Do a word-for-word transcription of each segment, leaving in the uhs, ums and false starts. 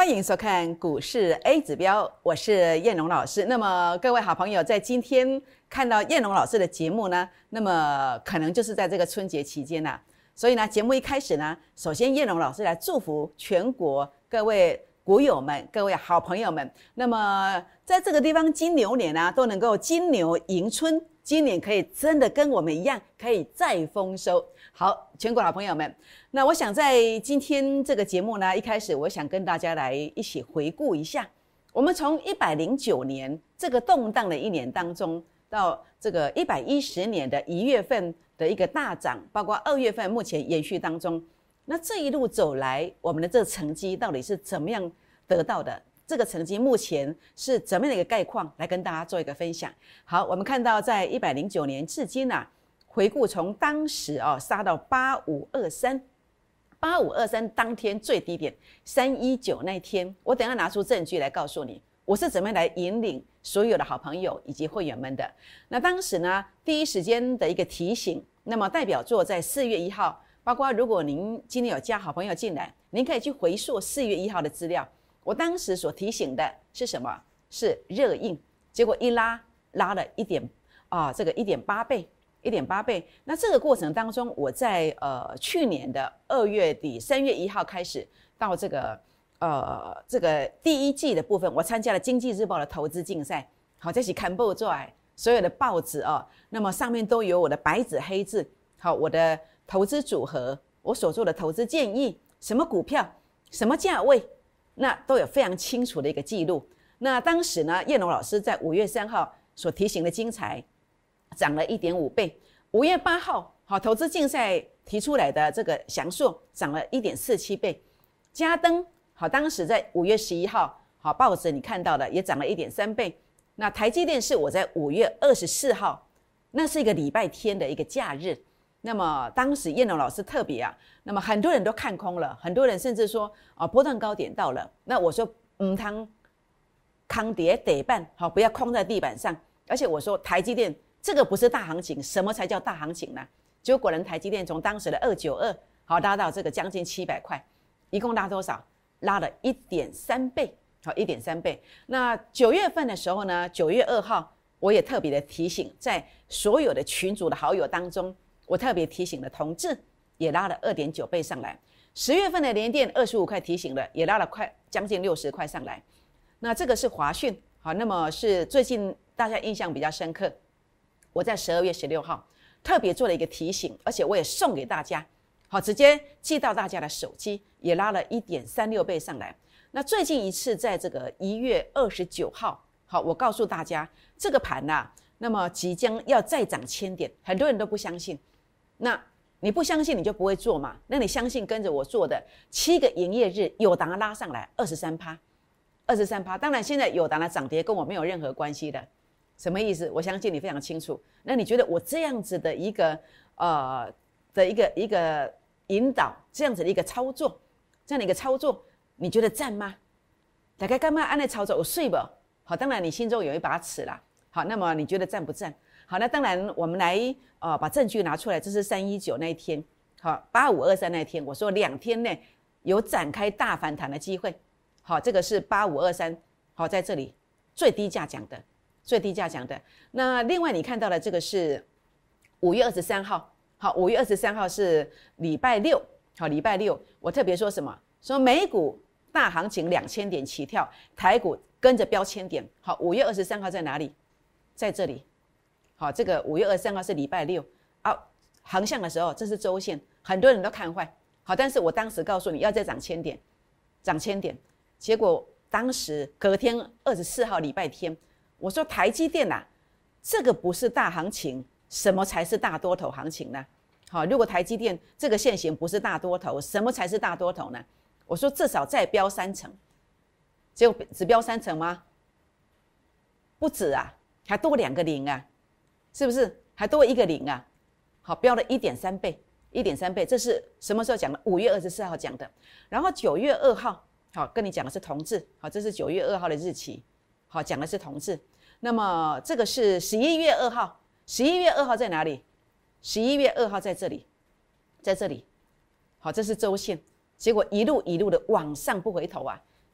欢迎收看股市 A 指标，我是燕龙老师。那么各位好朋友，在今天看到燕龙老师的节目呢，那么可能就是在这个春节期间啦、啊。所以呢，节目一开始呢，首先燕龙老师来祝福全国各位股友们、各位好朋友们。那么在这个地方，金牛年啊，都能够金牛迎春，今年可以真的跟我们一样，可以再丰收。好，全国好朋友们，那我想在今天这个节目呢，一开始我想跟大家来一起回顾一下，我们从一百零九年这个动荡的一年当中，到这个一百一十年的一月份的一个大涨，包括二月份目前延续当中，那这一路走来，我们的这个成绩到底是怎么样得到的？这个成绩目前是怎么样的一个概况，来跟大家做一个分享。好，我们看到在一百零九年至今啊，回顾从当时啊杀到八五二三，八五二三当天最低点三一九那天，我等一下拿出证据来告诉你，我是怎么样来引领所有的好朋友以及会员们的。那当时呢，第一时间的一个提醒，那么代表作在四月一号，包括如果您今天有加好朋友进来，您可以去回溯四月一号的资料。我当时所提醒的是什么？是热映，结果一拉拉了一点啊，这个一点八倍。一点八倍，那这个过程当中，我在呃去年的二月底、三月一号开始到这个呃这个第一季的部分，我参加了《经济日报》的投资竞赛。好，这是看报做来所有的报纸哦，那么上面都有我的白纸黑字，好，我的投资组合，我所做的投资建议，什么股票，什么价位，那都有非常清楚的一个记录。那当时呢，燕龙老师在五月三号所提醒的精彩。涨了 一点五倍，五月八号，好，投资竞赛提出来的这个祥硕涨了 一点四七倍，嘉登，好，当时在五月十一号，好，报纸你看到的也涨了 一点三倍。那台积电是我在五月二十四号，那是一个礼拜天的一个假日，那么当时燕龙老师特别啊，那么很多人都看空了，很多人甚至说啊波段高点到了，那我说唔通康跌得半，好，不要空在地板上，而且我说台积电。这个不是大行情，什么才叫大行情呢？结果果然台积电从当时的二九二好拉到这个将近七百块，一共拉多少？拉了 一点三倍，好 一点三倍。那九月份的时候呢，九月二号我也特别的提醒，在所有的群组的好友当中，我特别提醒了同志也拉了 二点九倍上来。十月份的联电二十五块提醒了，也拉了快将近六十块上来。那这个是华讯，好，那么是最近大家印象比较深刻。我在十二月十六号特别做了一个提醒，而且我也送给大家，好，直接寄到大家的手机，也拉了 一点三六倍上来。那最近一次在这个一月二十九号，好，我告诉大家这个盘啊，那么即将要再涨千点，很多人都不相信。那你不相信你就不会做嘛？那你相信跟着我做的七个营业日，友达拉上来 百分之二十三， 二十三%。当然现在友达的涨跌跟我没有任何关系的。什么意思？我相信你非常清楚。那你觉得我这样子的一个呃的一个一个引导，这样子的一个操作，这样的一个操作，你觉得赞吗？大概干嘛按那操作我睡不？好，当然你心中有一把尺啦。好，那么你觉得赞不赞？好，那当然我们来呃把证据拿出来，这是三一九那一天，好，八五二三那一天，我说两天内有展开大反弹的机会。好，这个是八五二三，好，在这里最低价讲的。最低价讲的。那另外你看到的这个是五月二十三号，好，五月二十三号是礼拜六，好，礼拜六我特别说什么？说美股大行情两千点起跳，台股跟着飙千点。好，五月二十三号在哪里？在这里。好，这个五月二十三号是礼拜六啊，航向的时候这是周线，很多人都看坏。好，但是我当时告诉你要再涨千点，涨千点，结果当时隔天二十四号礼拜天。我说台积电啊，这个不是大行情，什么才是大多头行情呢？好，如果台积电这个线型不是大多头，什么才是大多头呢？我说至少再飙三成，结果只飙三成吗？不止啊，还多两个零啊，是不是？还多一个零啊？好，飙了 一点三倍， 一点三倍，这是什么时候讲的？五月二十四号讲的。然后九月二号，好，跟你讲的是同志，好，这是九月二号的日期。好，讲的是同志。那么这个是十一月二号，十一月二号在哪里？十一月二号在这里，在这里。好，这是周线，结果一路一路的往上不回头啊。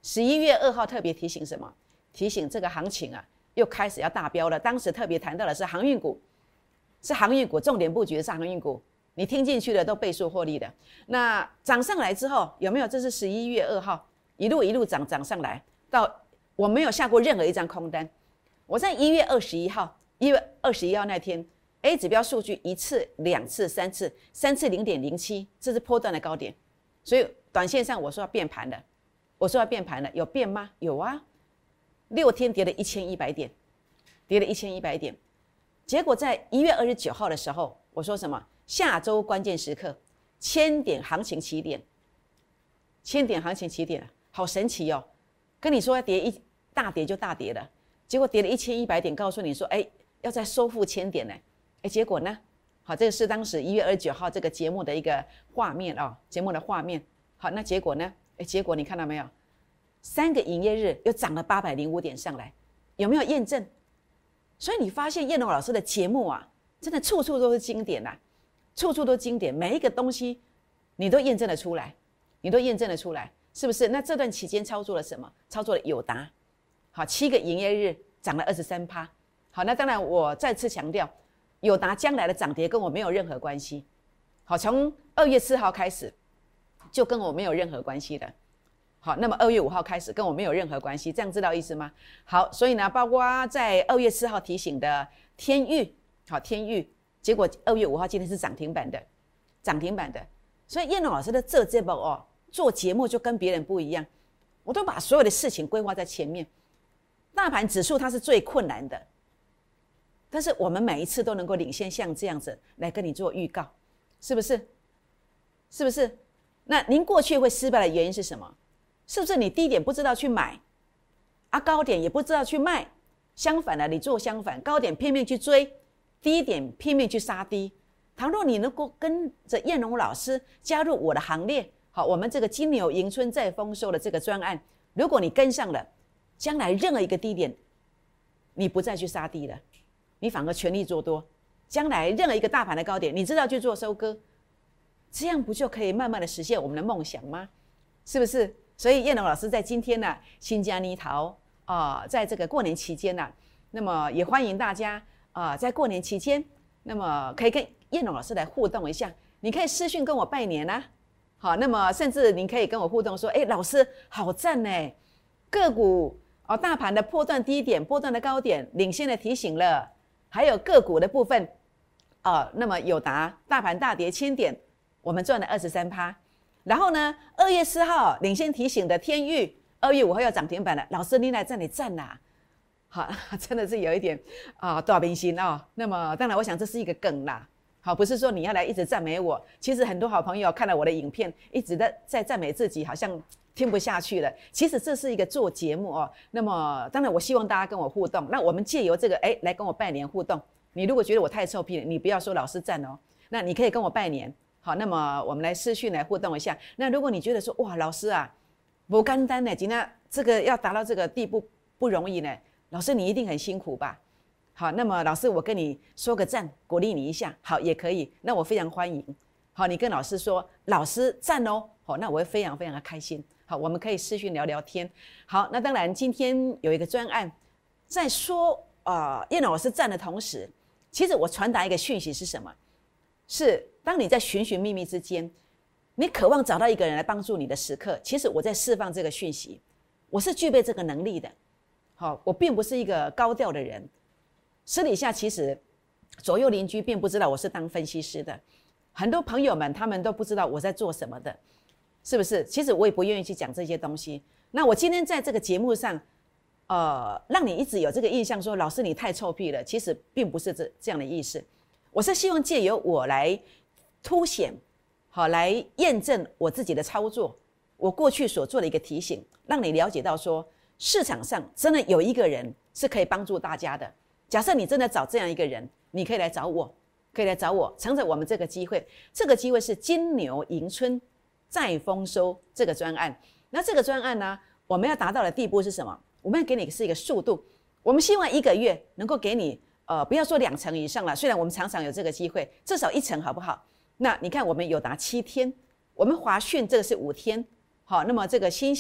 十一月二号特别提醒什么？提醒这个行情啊，又开始要大飙了。当时特别谈到的是航运股，是航运股，重点布局的是航运股。你听进去的都倍数获利的。那涨上来之后有没有？这是十一月二号一路一路涨涨上来，到我没有下过任何一张空单。我在一月二十一号，一月二十一号那天 ，A 指标数据一次、两次、三次，三次零点零七，这是波段的高点。所以短线上我说要变盘了，我说要变盘了，有变吗？有啊，六天跌了一千一百点，跌了一千一百点。结果在一月二十九号的时候，我说什么？下周关键时刻，千点行情起点，千点行情起点，好神奇哦！跟你说要跌一大跌就大跌了。结果跌了一千一百点，告诉你说，哎，要再收复千点呢，哎，结果呢？好，这个是当时一月二十九号这个节目的一个画面哦，节目的画面。好，那结果呢？哎，结果你看到没有？三个营业日又涨了八百零五点上来，有没有验证？所以你发现燕龙老师的节目啊，真的处处都是经典呐、啊，处处都经典，每一个东西你都验证了出来，你都验证了出来，是不是？那这段期间操作了什么？操作了友达。好，七个营业日涨了二十三趴。好，那当然我再次强调，友达将来的涨跌跟我没有任何关系。好，从二月四号开始就跟我没有任何关系的。好，那么二月五号开始跟我没有任何关系，这样知道意思吗？好，所以呢，包括在二月四号提醒的天钰，好，天钰，结果二月五号今天是涨停板的，涨停板的。所以燕龙老师的这这波哦，做节目就跟别人不一样，我都把所有的事情规划在前面。大盘指数它是最困难的，但是我们每一次都能够领先，像这样子来跟你做预告，是不是？是不是？那您过去会失败的原因是什么？是不是你低点不知道去买，啊高点也不知道去卖？相反的，你做相反，高点拼命去追，低点拼命去杀低。倘若你能够跟着燕龙老师加入我的行列，好，我们这个金牛迎春再丰收的这个专案，如果你跟上了，将来任何一个低点，你不再去杀低了，你反而全力做多。将来任何一个大盘的高点，你知道去做收割，这样不就可以慢慢的实现我们的梦想吗？是不是？所以燕龙老师在今天呢、啊，新加泥桃啊、呃，在这个过年期间呢、啊，那么也欢迎大家啊、呃，在过年期间，那么可以跟燕龙老师来互动一下。你可以私讯跟我拜年啊，好，那么甚至您可以跟我互动说，哎，老师好赞呢，个股。哦，大盘的波段低点、波段的高点领先的提醒了，还有个股的部分，哦，那么友达大盘大跌千点，我们赚了二十三趴。然后呢，二月四号领先提醒的天钰，二月五号要涨停板了，老师您来这里站啦，好，真的是有一点啊大明星哦。那么当然，我想这是一个梗啦，好，不是说你要来一直赞美我。其实很多好朋友看了我的影片，一直在在赞美自己，好像听不下去了。其实这是一个做节目哦。那么当然，我希望大家跟我互动。那我们借由这个，哎，来跟我拜年互动。你如果觉得我太臭屁了，你不要说老师赞哦。那你可以跟我拜年，好。那么我们来私讯来互动一下。那如果你觉得说，哇，老师啊，不简单呢，今天这个要达到这个地步不容易呢，老师你一定很辛苦吧？好，那么老师我跟你说个赞，鼓励你一下，好也可以。那我非常欢迎。好，你跟老师说，老师赞哦，好，那我会非常非常的开心。好，我们可以视讯聊聊天。好，那当然今天有一个专案，在说呃燕老师赞的同时，其实我传达一个讯息是什么？是当你在寻寻觅觅之间，你渴望找到一个人来帮助你的时刻，其实我在释放这个讯息，我是具备这个能力的。好，我并不是一个高调的人，私底下其实左右邻居并不知道我是当分析师的，很多朋友们他们都不知道我在做什么的。是不是？其实我也不愿意去讲这些东西。那我今天在这个节目上，呃，让你一直有这个印象说，老师你太臭屁了。其实并不是这这样的意思。我是希望借由我来凸显，好，来验证我自己的操作，我过去所做的一个提醒，让你了解到说，市场上真的有一个人是可以帮助大家的。假设你真的找这样一个人，你可以来找我，可以来找我，乘着我们这个机会。这个机会是金牛迎春再丰收这个专案。那这个专案呢，我们要达到的地步是什么？我们要给你是一个速度，我们希望一个月能够给你呃，不要说两成以上了，虽然我们常常有这个机会，至少一成好不好？那你看我们有达七天，我们华讯这个是五天，好，那么这个新兴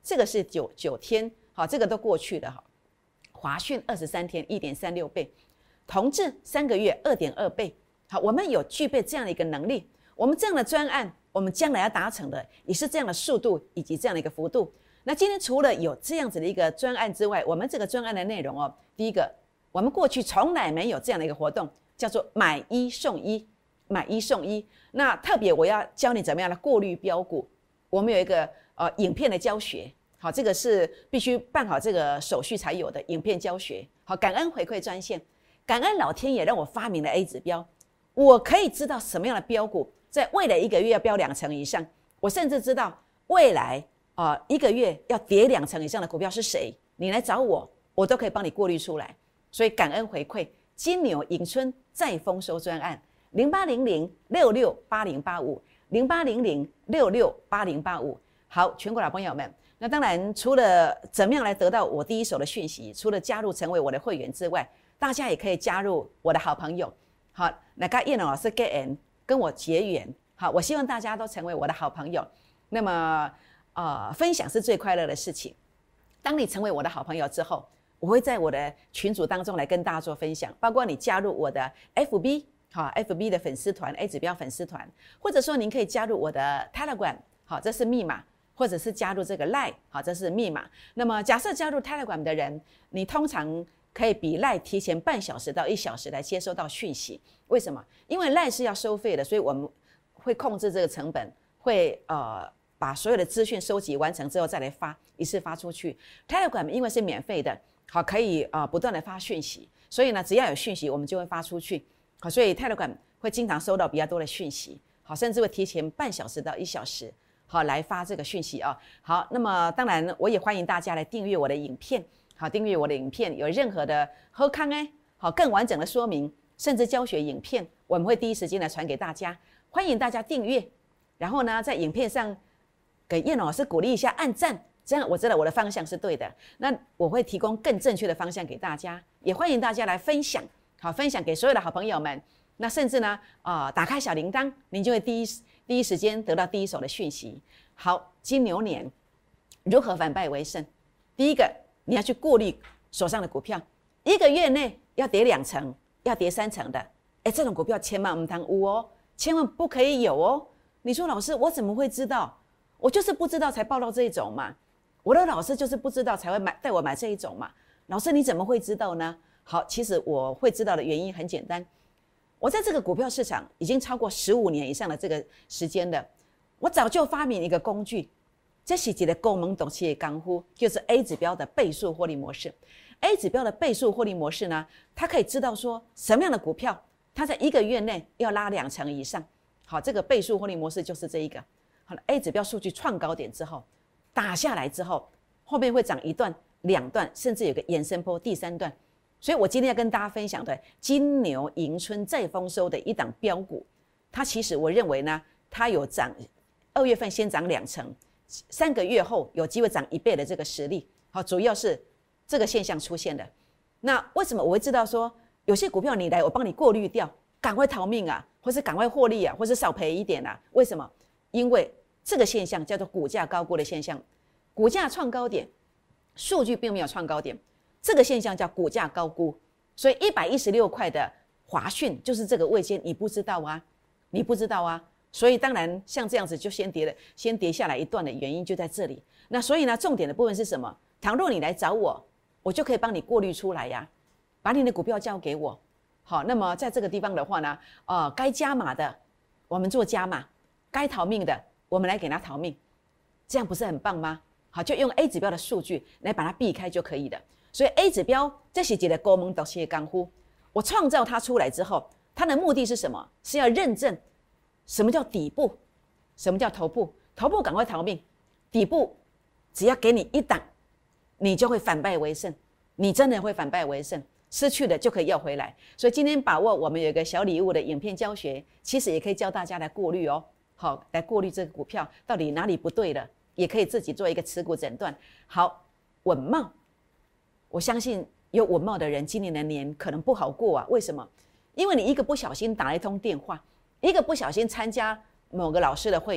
这个是九九天，好，这个都过去了哈。华讯二十三天一点三六倍，同志三个月二点二倍。好，我们有具备这样的一个能力，我们这样的专案，我们将来要达成的也是这样的速度以及这样的一个幅度。那今天除了有这样子的一个专案之外，我们这个专案的内容哦，第一个，我们过去从来没有这样的一个活动，叫做买一送一，买一送一。那特别我要教你怎么样来过滤标股，我们有一个呃影片的教学，好，这个是必须办好这个手续才有的影片教学。好，感恩回馈专线，感恩老天爷让我发明了 A 指标。我可以知道什么样的标股在未来一个月要飙两成以上，我甚至知道未来啊、呃、一个月要跌两成以上的股票是谁，你来找我，我都可以帮你过滤出来。所以感恩回馈，金牛迎春再丰收专案零八零零六六八零八五零八零零六六八零八五。好，全国老朋友们，那当然除了怎么样来得到我第一手的讯息，除了加入成为我的会员之外，大家也可以加入我的好朋友。好，那跟叶龙老师结缘，跟我结缘。好，我希望大家都成为我的好朋友。那么，呃，分享是最快乐的事情。当你成为我的好朋友之后，我会在我的群组当中来跟大家做分享，包括你加入我的 F B， 好 ，F B 的粉丝团 A 指标粉丝团，或者说您可以加入我的 Telegram， 好，这是密码，或者是加入这个 Line， 好，这是密码。那么，假设加入 Telegram 的人，你通常可以比 Line 提前半小时到一小时来接收到讯息。为什么？因为 Line 是要收费的，所以我们会控制这个成本，会呃把所有的资讯收集完成之后再来发，一次发出去。Telegram 因为是免费的，好，可以呃不断的发讯息，所以呢，只要有讯息我们就会发出去。好，所以 Telegram 会经常收到比较多的讯息，好，甚至会提前半小时到一小时，好来发这个讯息啊。好，那么当然我也欢迎大家来订阅我的影片。好，订阅我的影片，有任何的好康哎，好更完整的说明，甚至教学影片，我们会第一时间来传给大家。欢迎大家订阅，然后呢，在影片上给叶龙老师鼓励一下，按赞，这样我知道我的方向是对的。那我会提供更正确的方向给大家，也欢迎大家来分享，好分享给所有的好朋友们。那甚至呢，啊、呃，打开小铃铛，您就会第一第一时间得到第一手的讯息。好，金牛年如何反败为胜？第一个，你要去过滤手上的股票，一个月内要跌两成，要跌三成的，哎，这种股票千万不能有哦，千万不可以有哦。你说老师，我怎么会知道？我就是不知道才报到这一种嘛。我的老师就是不知道才会买带我买这一种嘛。老师你怎么会知道呢？好，其实我会知道的原因很简单，我在这个股票市场已经超过十五年以上的这个时间了，我早就发明一个工具。这是一个功能懂企业功夫，就是 A 指标的倍数获利模式。A 指标的倍数获利模式呢，它可以知道说什么样的股票，它在一个月内要拉两成以上。好，这个倍数获利模式就是这一个。好了 ，A 指标数据创高点之后，打下来之后，后面会涨一段、两段，甚至有个延伸波第三段。所以我今天要跟大家分享的金牛迎春再丰收的一档标股，它其实我认为呢，它有涨，二月份先涨两成。三个月后有机会涨一倍的这个实力，好，主要是这个现象出现的。那为什么我会知道说有些股票你来我帮你过滤掉，赶快逃命啊，或是赶快获利啊，或是少赔一点啊？为什么？因为这个现象叫做股价高估的现象，股价创高点，数据并没有创高点，这个现象叫股价高估。所以一百一十六块的华讯就是这个位阶，你不知道啊，你不知道啊。所以当然像这样子就先跌了，先跌下来一段的原因就在这里。那所以呢，重点的部分是什么？倘若你来找我，我就可以帮你过滤出来呀，把你的股票交给我。好，那么在这个地方的话呢，呃，该加码的我们做加码，该逃命的我们来给他逃命，这样不是很棒吗？好，就用 A 指标的数据来把它避开就可以了。所以 A 指标这是一个高门导企业功夫，我创造它出来之后，它的目的是什么？是要认证。什么叫底部？什么叫头部？头部赶快逃命，底部只要给你一档，你就会反败为胜。你真的会反败为胜，失去的就可以要回来。所以今天把握我们有一个小礼物的影片教学，其实也可以教大家来过滤哦。好，来过滤这个股票到底哪里不对了，也可以自己做一个持股诊断。好，稳懋，我相信有稳懋的人，今年的年可能不好过啊。为什么？因为你一个不小心打了一通电话。一个不小心参加某个老师的会员，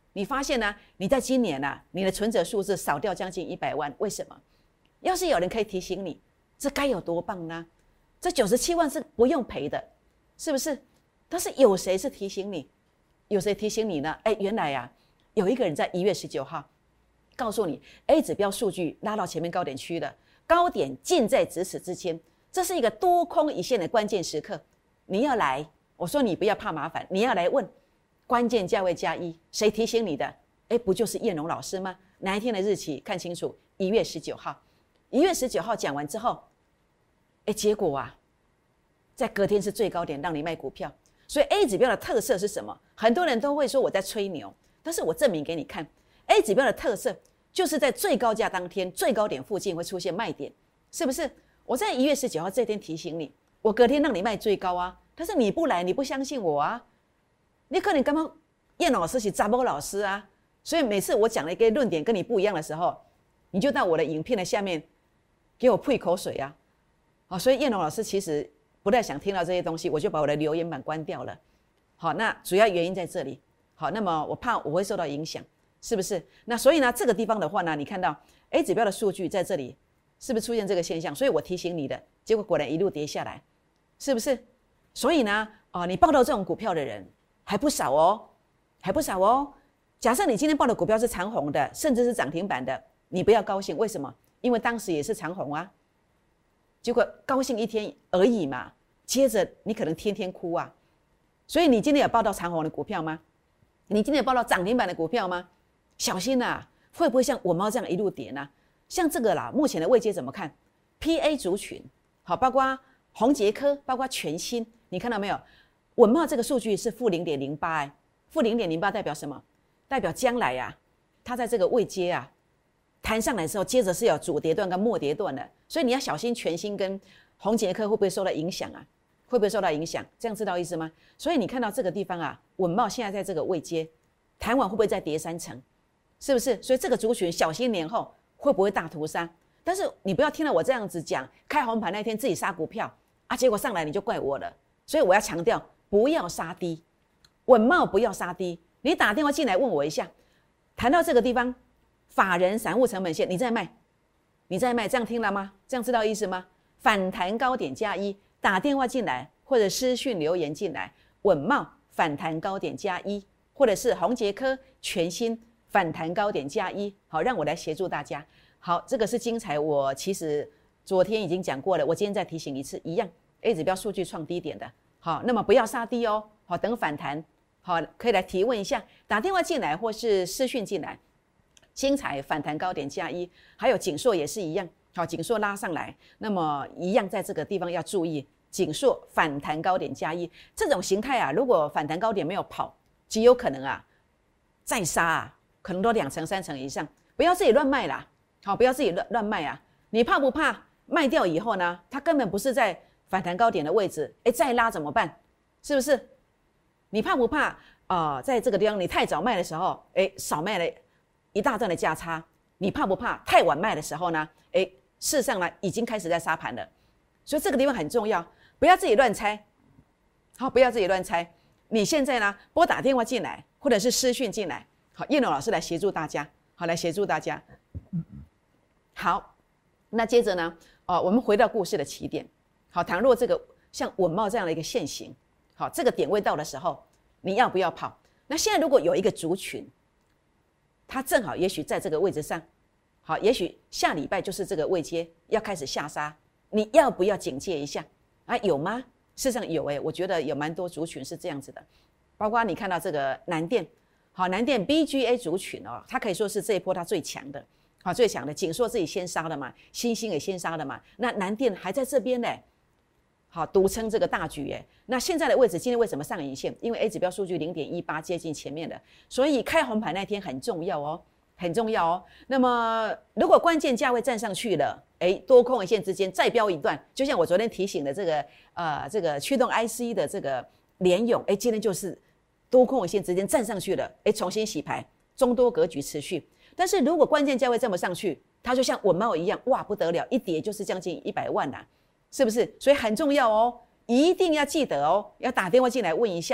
你发现呢，你在今年啊，你的存折数字少掉将近一百万，为什么？要是有人可以提醒你，这该有多棒呢？这九十七万是不用赔的，是不是？但是有谁是提醒你？有谁提醒你呢？哎，原来啊，有一个人在一月十九号告诉你 ，A 指标数据拉到前面高点区了，高点近在咫尺之间，这是一个多空一线的关键时刻。你要来，我说你不要怕麻烦，你要来问关键价位加一，谁提醒你的？哎，不就是燕荣老师吗？哪一天的日期？看清楚，一月十九号。一月十九号讲完之后，哎，结果啊，在隔天是最高点让你卖股票。所以 A 指标的特色是什么？很多人都会说我在吹牛，但是我证明给你看 ，A 指标的特色就是在最高价当天最高点附近会出现卖点，是不是？我在一月十九号这天提醒你，我隔天让你卖最高啊，但是你不来，你不相信我啊，你可能刚刚燕老师是查某老师啊，所以每次我讲了一个论点跟你不一样的时候，你就到我的影片的下面给我吐口水啊，好，所以燕龙老师其实不太想听到这些东西，我就把我的留言板关掉了。好，那主要原因在这里。好，那么我怕我会受到影响，是不是？那所以呢，这个地方的话呢，你看到 A 指标的数据在这里，是不是出现这个现象？所以我提醒你的，结果果然一路跌下来，是不是？所以呢，啊、呃，你报到这种股票的人还不少哦，还不少哦。假设你今天报的股票是长红的，甚至是涨停板的，你不要高兴，为什么？因为当时也是长红啊。结果高兴一天而已嘛，接着你可能天天哭啊。所以你今天有报到长红的股票吗？你今天有报到涨停板的股票吗？小心啊，会不会像我猫这样一路跌呢？像这个啦，目前的位阶怎么看 ？P A 族群，好，包括宏捷科，包括全新，你看到没有？稳懋这个数据是负零点零八，哎，负零点零八代表什么？代表将来啊，它在这个位阶啊弹上来的时候，接着是有主跌段跟末跌段的，所以你要小心全新跟宏捷科会不会受到影响啊？会不会受到影响？这样知道意思吗？所以你看到这个地方啊，稳懋现在在这个位阶，弹完会不会再跌三成？是不是？所以这个族群小心年后会不会大屠杀？但是你不要听了我这样子讲，开红盘那天自己杀股票啊，结果上来你就怪我了。所以我要强调，不要杀低，稳懋不要杀低。你打电话进来问我一下，谈到这个地方，法人散户成本线，你在卖，你在卖，这样听了吗？这样知道意思吗？反弹高点加一，打电话进来或者私讯留言进来，稳懋反弹高点加一，或者是宏捷科全新反弹高点加一，好，让我来协助大家。好，这个是精彩，我其实昨天已经讲过了，我今天再提醒一次，一样 A 指标数据创低点的，好，那么不要杀低哦，好，等反弹，好，可以来提问一下，打电话进来或是私讯进来。精彩反弹高点加一，还有景硕也是一样，好，景硕拉上来，那么一样在这个地方要注意，景硕反弹高点加一，这种形态啊，如果反弹高点没有跑，极有可能啊再杀啊，可能都两成三成以上，不要自己乱卖啦，好，不要自己乱乱卖啊，你怕不怕卖掉以后呢，它根本不是在反弹高点的位置，哎，再拉怎么办？是不是？你怕不怕啊、呃？在这个地方你太早卖的时候，哎，少卖了一大段的价差，你怕不怕太晚卖的时候呢？哎，事实上呢，已经开始在杀盘了，所以这个地方很重要，不要自己乱猜，好，不要自己乱猜。你现在呢，拨打电话进来，或者是私讯进来，好，叶龙老师来协助大家，好，来协助大家。好，那接着呢，哦，我们回到故事的起点，好，倘若这个像稳懋这样的一个现形，好，这个点位到的时候，你要不要跑？那现在如果有一个族群，它正好也许在这个位置上，好，也许下礼拜就是这个位阶要开始下杀，你要不要警戒一下啊？有吗？事实上有诶、欸，我觉得有蛮多族群是这样子的，包括你看到这个南电，好，南电 B G A 族群哦，它可以说是这一波它最强的，好，最强的，景硕自己先杀的嘛，新兴也先杀的嘛，那南电还在这边呢、欸。好，独撑这个大局耶。那现在的位置，今天为什么上影线？因为 A 指标数据 零点一八 接近前面的，所以开红盘那天很重要哦，很重要哦。那么如果关键价位站上去了，哎，多空一线之间再飙一段，就像我昨天提醒的这个呃这个驱动 I C 的这个联咏，哎，今天就是多空一线之间站上去了，哎，重新洗牌，中多格局持续。但是如果关键价位站不上去，它就像稳懋一样，哇，不得了，一跌就是将近一百万啦、啊。是不是？所以很重要哦，一定要记得哦，要打电话进来问一下，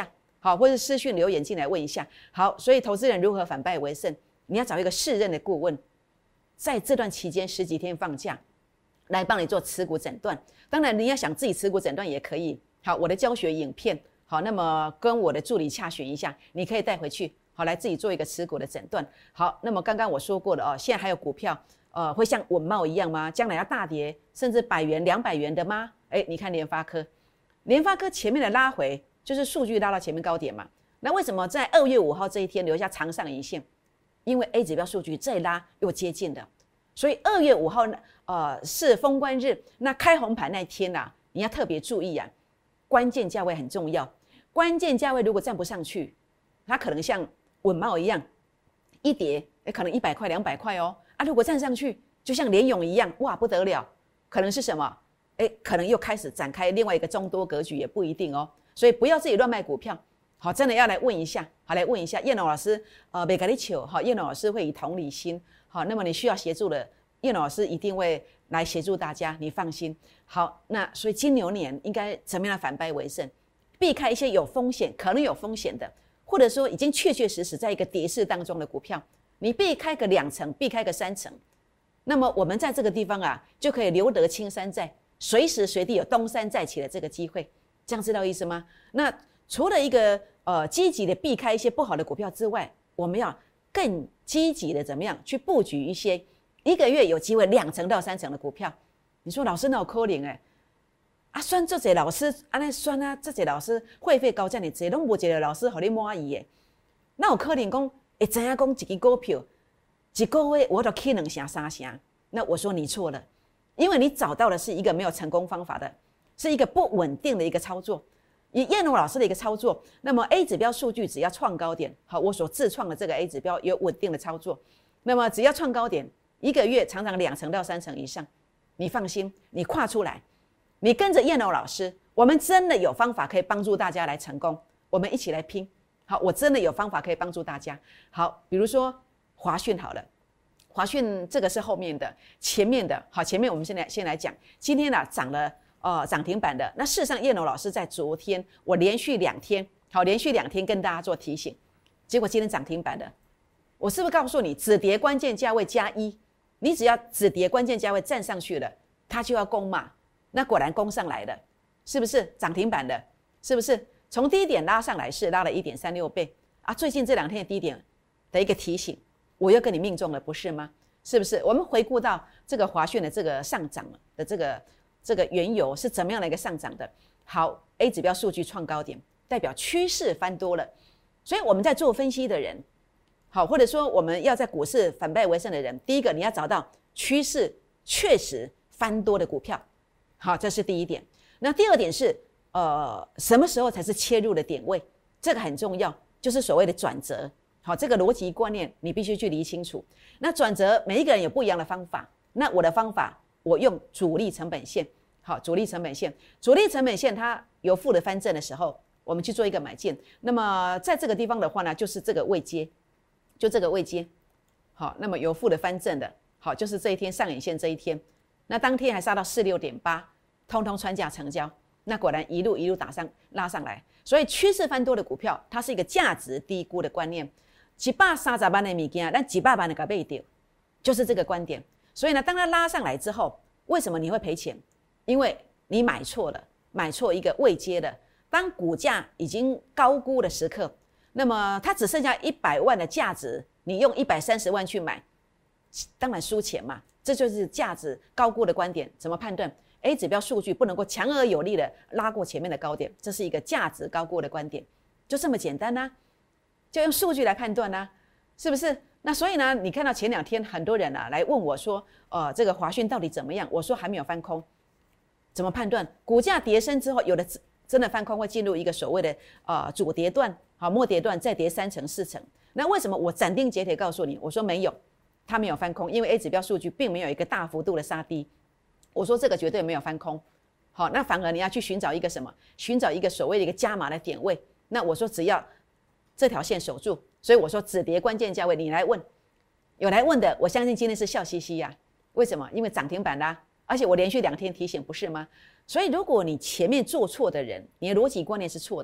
好，或者私讯留言进来问一下。好，所以投资人如何反败为胜？你要找一个适任的顾问，在这段期间十几天放假，来帮你做持股诊断。当然，你要想自己持股诊断也可以。好，我的教学影片，好，那么跟我的助理洽询一下，你可以带回去，好，来自己做一个持股的诊断。好，那么刚刚我说过了哦，现在还有股票，呃，会像稳懋一样吗？将来要大跌，甚至百元、两百元的吗？哎，你看联发科，联发科前面的拉回，就是数据拉到前面高点嘛。那为什么在二月五号这一天留下长上影线？因为 A 指标数据再拉又接近了，所以二月五号呢，呃，是封关日，那开红盘那一天啊，你要特别注意啊。关键价位很重要，关键价位如果站不上去，它可能像稳懋一样，一跌，欸、可能一百块、两百块哦。啊，如果站上去，就像联咏一样，哇，不得了，可能是什么？哎、欸，可能又开始展开另外一个中多格局，也不一定哦。所以不要自己乱卖股票，好，真的要来问一下，好，来问一下燕龙老师，呃，别跟你求，好，燕龙老师会以同理心，好，那么你需要协助的，燕龙老师一定会来协助大家，你放心。好，那所以金牛年应该怎么样反败为胜？避开一些有风险、可能有风险的，或者说已经确确实实在一个跌势当中的股票，你避开个两成，避开个三成，那么我们在这个地方啊，就可以留得青山在，随时随地有东山再起的这个机会。这样知道意思吗？那除了一个呃积极的避开一些不好的股票之外，我们要更积极的怎么样去布局一些一个月有机会两成到三成的股票。你说老师那有可能哎，啊算这些老师安尼算啊，这些老师会费高这么多，拢无一个老师让你满意的，那有可能讲会知影讲一支股票一个月我都起两成三成？那我说你错了，因为你找到的是一个没有成功方法的，是一个不稳定的一个操作。以燕龙老师的一个操作，那么 A 指标数据只要创高点，好，我所自创的这个 A 指标有稳定的操作，那么只要创高点，一个月常常两成到三成以上。你放心，你跨出来，你跟着燕龙老师，我们真的有方法可以帮助大家来成功，我们一起来拼。好，我真的有方法可以帮助大家。好，比如说华讯好了，华讯这个是后面的，前面的，好，前面我们现在先来讲，今天啊涨了呃涨停板的。那事实上，燕龙老师在昨天我连续两天，好，连续两天跟大家做提醒，结果今天涨停板的，我是不是告诉你，止跌关键价位加一？你只要止跌关键价位站上去了，它就要攻嘛。那果然攻上来了，是不是涨停板的？是不是从低点拉上来是拉了 一点三六倍啊？最近这两天的低点的一个提醒，我又跟你命中了，不是吗？是不是？我们回顾到这个华讯的这个上涨的这个这个缘由是怎么样的一个上涨的？好 ，A 指标数据创高点，代表趋势翻多了，所以我们在做分析的人。好，或者说我们要在股市反败为胜的人，第一个你要找到趋势确实翻多的股票，好，这是第一点。那第二点是，呃，什么时候才是切入的点位？这个很重要，就是所谓的转折。好，这个逻辑观念你必须去理清楚。那转折每一个人有不一样的方法，那我的方法我用主力成本线。好，主力成本线，主力成本线它由负的翻正的时候，我们去做一个买进。那么在这个地方的话呢，就是这个位阶。就这个位阶，好，那么由负的翻正的，好，就是这一天上影线这一天，那当天还杀到四六点八，通通穿价成交，那果然一路一路打上拉上来，所以趋势翻多的股票，它是一个价值低估的观念，一百三十万的物件，但几百万的给卖掉，就是这个观点。所以呢，当它拉上来之后，为什么你会赔钱？因为你买错了，买错一个位阶的，当股价已经高估的时刻。那么它只剩下一百万的价值，你用一百三十万去买，当然输钱嘛。这就是价值高估的观点。怎么判断 ？A 指标数据不能够强而有力的拉过前面的高点，这是一个价值高估的观点，就这么简单呐、啊，就用数据来判断呐、啊，是不是？那所以呢，你看到前两天很多人啊来问我说，呃，这个华讯到底怎么样？我说还没有翻空，怎么判断？股价跌升之后，有的真的翻空会进入一个所谓的呃主跌段。好，末跌段再跌三成四成，那为什么我斩钉截铁告诉你？我说没有，它没有翻空，因为 A 指标数据并没有一个大幅度的杀低。我说这个绝对没有翻空。好，那反而你要去寻找一个什么？寻找一个所谓的一个加码的点位。那我说只要这条线守住，所以我说止跌关键价位，你来问，有来问的，我相信今天是笑嘻嘻呀、啊。为什么？因为涨停板啦、啊，而且我连续两天提醒，不是吗？所以如果你前面做错的人，你的逻辑观念是错的。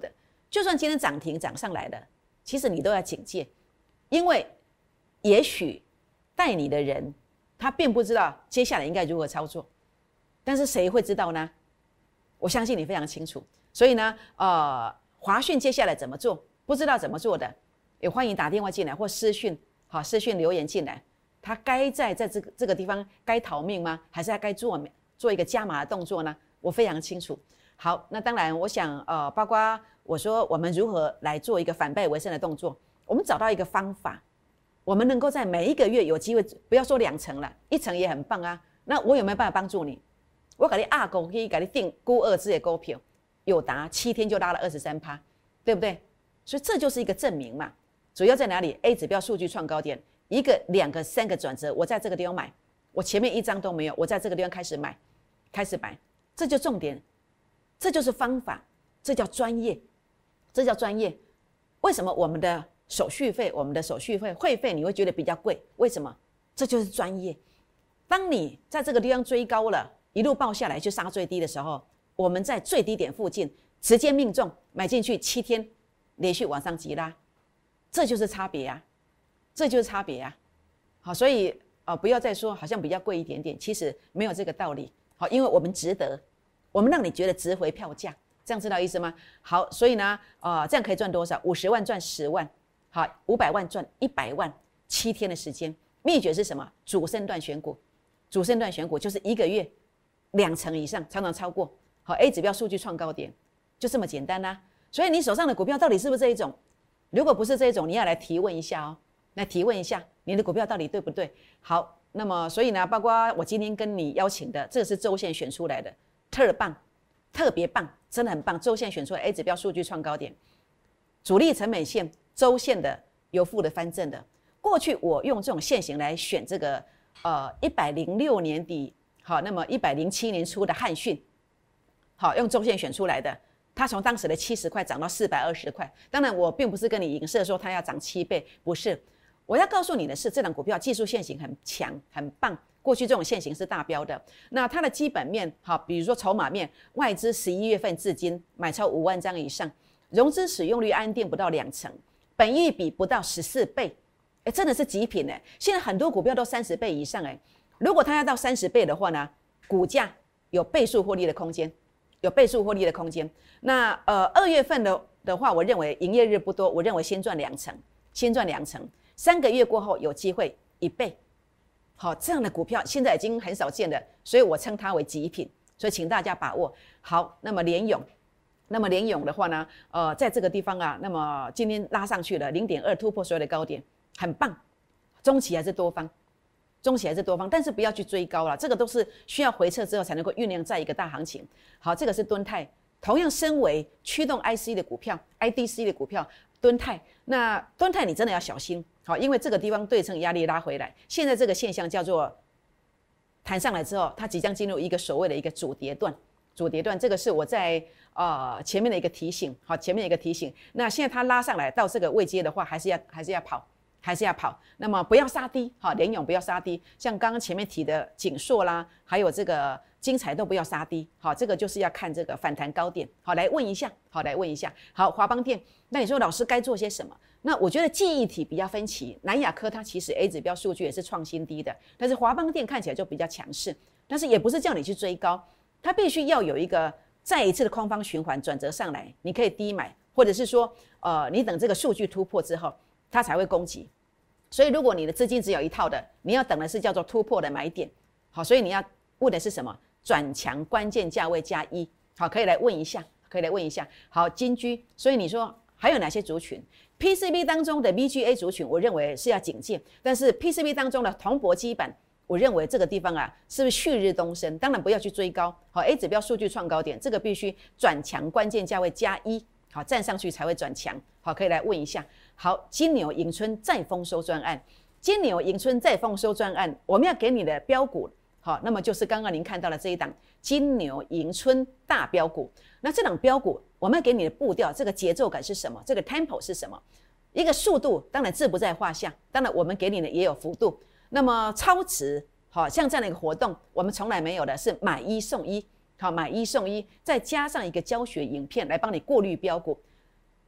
就算今天涨停涨上来了，其实你都要警戒，因为也许带你的人他并不知道接下来应该如何操作，但是谁会知道呢？我相信你非常清楚。所以呢，呃，华讯接下来怎么做，不知道怎么做的，也欢迎打电话进来或私讯，好，私讯留言进来。他该在在这个这个地方该逃命吗？还是他该做做一个加码的动作呢？我非常清楚。好，那当然，我想，呃，包括我说我们如何来做一个反败为胜的动作，我们找到一个方法，我们能够在每一个月有机会，不要说两成了，一成也很棒啊。那我有没有办法帮助你？我给你二股可以给你定估二支的股票，有达七天就拉了二十三趴，对不对？所以这就是一个证明嘛。主要在哪里 ？A 指标数据创高点，一个、两个、三个转折，我在这个地方买，我前面一张都没有，我在这个地方开始买，开始买，这就重点，这就是方法，这叫专业，这叫专业。为什么我们的手续费，我们的手续费会费你会觉得比较贵？为什么？这就是专业。当你在这个地方追高了，一路报下来去杀最低的时候，我们在最低点附近直接命中买进去，七天连续往上急拉，这就是差别啊，这就是差别啊。好，所以呃不要再说好像比较贵一点点，其实没有这个道理。好，因为我们值得，我们让你觉得值回票价，这样知道意思吗？好，所以呢，呃，这样可以赚多少？五十万赚十万，好，五百万赚一百万，七天的时间。秘诀是什么？主升段选股，主升段选股就是一个月两成以上，常常超过。好 ，A 指标数据创高点，就这么简单啦、啊。所以你手上的股票到底是不是这一种？如果不是这一种，你要来提问一下哦，来提问一下你的股票到底对不对？好，那么所以呢，包括我今天跟你邀请的，这个是周线选出来的，特棒，特别棒，真的很棒。周线选出来 A 指标数据创高点，主力成本线，周线的由负的翻正的。过去我用这种线型来选这个呃一百零六年底，好，那么一百零七年初的汉讯，好，用周线选出来的。它从当时的七十块涨到四百二十块，当然我并不是跟你影射说它要涨七倍，不是。我要告诉你的是，这档股票技术线型很强，很棒。过去这种线型是大标的，那它的基本面，好，比如说筹码面，外资十一月份至今买超五万张以上，融资使用率安定不到两成，本益比不到十四倍，哎，真的是极品哎！现在很多股票都三十倍以上哎，如果它要到三十倍的话呢，股价有倍数获利的空间。有倍数获利的空间。那呃，二月份的的话，我认为营业日不多，我认为先赚两成，先赚两成，三个月过后有机会一倍。好，这样的股票现在已经很少见了，所以我称它为极品，所以请大家把握。好，那么联咏，那么联咏的话呢，呃，在这个地方啊，那么今天拉上去了零点二，突破所有的高点，很棒。中期还是多方。中期还是多方，但是不要去追高了，这个都是需要回撤之后才能够酝酿在一个大行情。好，这个是敦泰，同样身为驱动 I C 的股票 ，I D C 的股票，敦泰，那敦泰你真的要小心，好，因为这个地方对称压力拉回来，现在这个现象叫做弹上来之后，它即将进入一个所谓的一个主跌段，主跌段，这个是我在呃前面的一个提醒，好，前面的一个提醒。那现在它拉上来到这个位阶的话，还是要还是要跑。还是要跑，那么不要杀低，好，联咏不要杀低，像刚刚前面提的景硕啦，还有这个精彩都不要杀低，好，这个就是要看这个反弹高点，好，来问一下，好，来问一下，好，华邦电，那你说老师该做些什么？那我觉得记忆体比较分歧，南亚科它其实 A 指标数据也是创新低的，但是华邦电看起来就比较强势，但是也不是叫你去追高，它必须要有一个再一次的空方循环转折上来，你可以低买，或者是说，呃，你等这个数据突破之后。它才会攻击，所以如果你的资金只有一套的，你要等的是叫做突破的买点，好，所以你要问的是什么？转强关键价位加一，好，可以来问一下，可以来问一下。好，金居，所以你说还有哪些族群 ？P C B 当中的 V G A 族群，我认为是要警戒，但是 P C B 当中的铜箔基板，我认为这个地方啊，是不是旭日东升？当然不要去追高，好 ，A 指标数据创高点，这个必须转强关键价位加一。好，站上去才会转强。好，可以来问一下。好，金牛迎春再丰收专案，金牛迎春再丰收专案，我们要给你的标股，好，那么就是刚刚您看到的这一档金牛迎春大标股。那这档标股，我们要给你的步调，这个节奏感是什么？这个 tempo 是什么？一个速度，当然字不在话下，当然我们给你的也有幅度。那么超值，好像这样的一个活动，我们从来没有的是买一送一。好，买一送一，再加上一个教学影片来帮你过滤标股。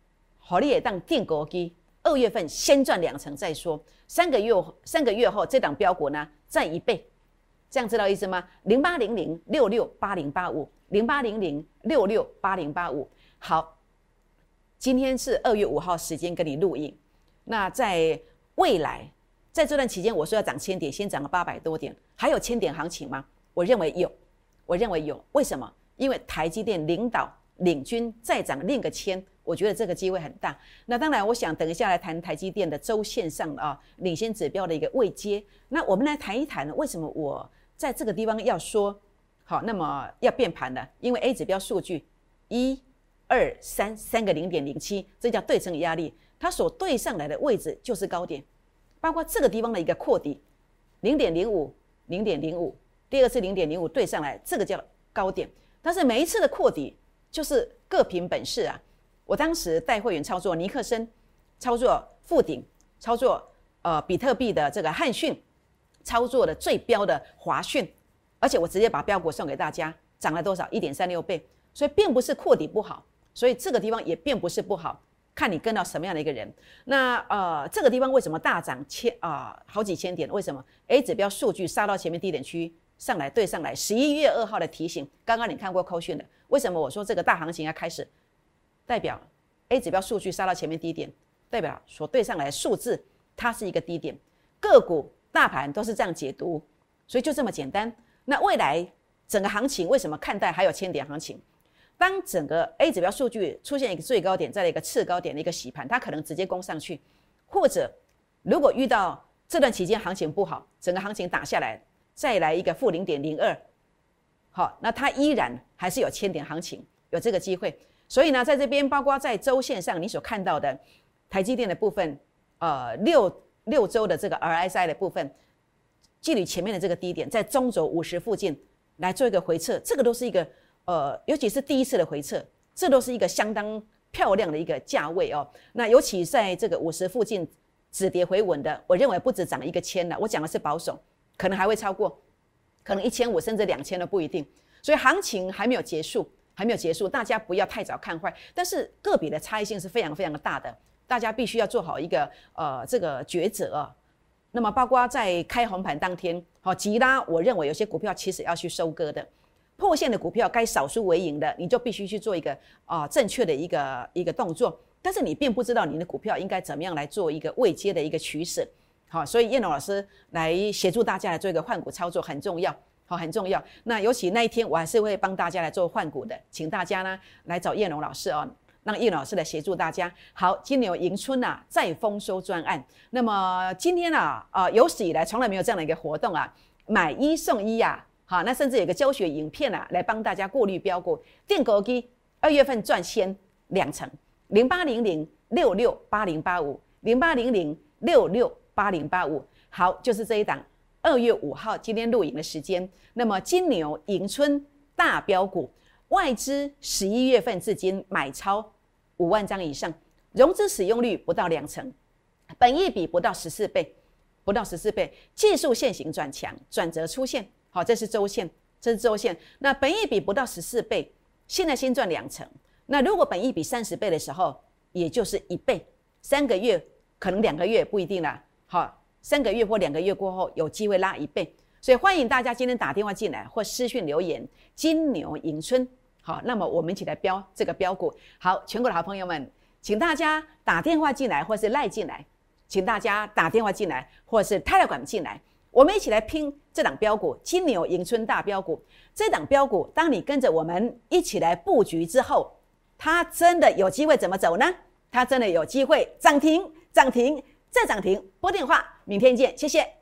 好你也当定国基，二月份先赚两成再说，三个月三个月后这档标股呢再一倍，这样知道意思吗？零八零零六六八零八五，零八零零六六八零八五。好，今天是二月五号时间跟你录影，那在未来在这段期间，我说要涨千点，先涨了八百多点，还有千点行情吗？我认为有，我认为有，为什么？因为台积电领导领军再涨另个千，我觉得这个机会很大。那当然，我想等一下来谈台积电的周线上啊领先指标的一个位阶。那我们来谈一谈为什么我在这个地方要说好，那么要变盘了？因为 A 指标数据一、二、三三个零点零七，这叫对称压力，它所对上来的位置就是高点，包括这个地方的一个扩底，零点零五、零点零五，第二次零点零五对上来，这个叫高点。但是每一次的扩底就是各凭本事啊！我当时带会员操作尼克森，操作富鼎，操作呃比特币的这个汉讯，操作的最标的华讯，而且我直接把标股送给大家，涨了多少？ 一点三六倍。所以并不是扩底不好，所以这个地方也并不是不好，看你跟到什么样的一个人。那呃这个地方为什么大涨千啊、呃、好几千点？为什么 A 指标数据杀到前面低点区？上来对上来，十一月二号的提醒，刚刚你看过扣讯的，为什么我说这个大行情要开始？代表 A 指标数据杀到前面低点，代表所对上来的数字它是一个低点，个股大盘都是这样解读，所以就这么简单。那未来整个行情为什么看待还有千点行情？当整个 A 指标数据出现一个最高点，再来一个次高点的一个洗盘，它可能直接攻上去，或者如果遇到这段期间行情不好，整个行情打下来。再来一个负零点零二，好，那它依然还是有千点行情，有这个机会。所以呢，在这边包括在周线上你所看到的台积电的部分，呃，六六周的这个 R S I 的部分，距离前面的这个低点，在中轴五十附近来做一个回撤，这个都是一个呃，尤其是第一次的回撤，这都是一个相当漂亮的一个价位哦。那尤其在这个五十附近止跌回稳的，我认为不止涨一个千了，我讲的是保守。可能还会超过，可能一千五甚至两千都不一定，所以行情还没有结束，还没有结束，大家不要太早看坏。但是个别的差异性是非常非常的大的，大家必须要做好一个呃这个抉择、啊。那么包括在开红盘当天，好、哦、急拉，我认为有些股票其实要去收割的，破线的股票该少输为赢的，你就必须去做一个啊、呃、正确的一个一个动作。但是你并不知道你的股票应该怎么样来做一个位阶的一个取舍。好，所以燕龙老师来协助大家来做一个换股操作很重要，好，很重要。那尤其那一天我还是会帮大家来做换股的，请大家呢来找燕龙老师哦，让燕龙老师来协助大家。好，金牛迎春啊，再丰收专案。那么今天啊，呃，有史以来从来没有这样的一个活动啊，买一送一啊，好，那甚至有个教学影片啊，来帮大家过滤标股，定格机二月份赚先两成，零八零零六六八零八五，零八零零六六。八零八五，好，就是这一档二月五号今天录影的时间。那么金牛迎春大标股，外资十一月份至今买超五万张以上，融资使用率不到两成，本益比不到十四倍，不到十四倍，技术线型转强，转折出现。好，这是周线，这是周线。那本益比不到十四倍，现在先赚两成。那如果本益比三十倍的时候，也就是一倍，三个月可能两个月不一定啦。好，三个月或两个月过后有机会拉一倍，所以欢迎大家今天打电话进来或私讯留言金牛迎春。好，那么我们一起来标这个标股。好，全国的好朋友们，请大家打电话进来或是赖进来，请大家打电话进来或是Telegram进来，我们一起来拼这档标股金牛迎春大标股。这档标股当你跟着我们一起来布局之后，它真的有机会怎么走呢？它真的有机会涨停涨停再涨停，拨电话，明天见，谢谢。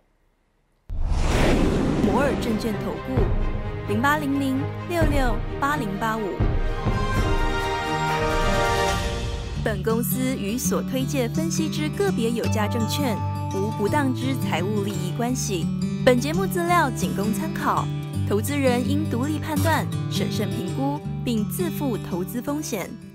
摩尔证券投顾零八零零六六八零八五。本公司与所推介分析之个别有价证券无不当之财务利益关系。本节目资料仅供参考，投资人应独立判断、审慎评估，并自负投资风险。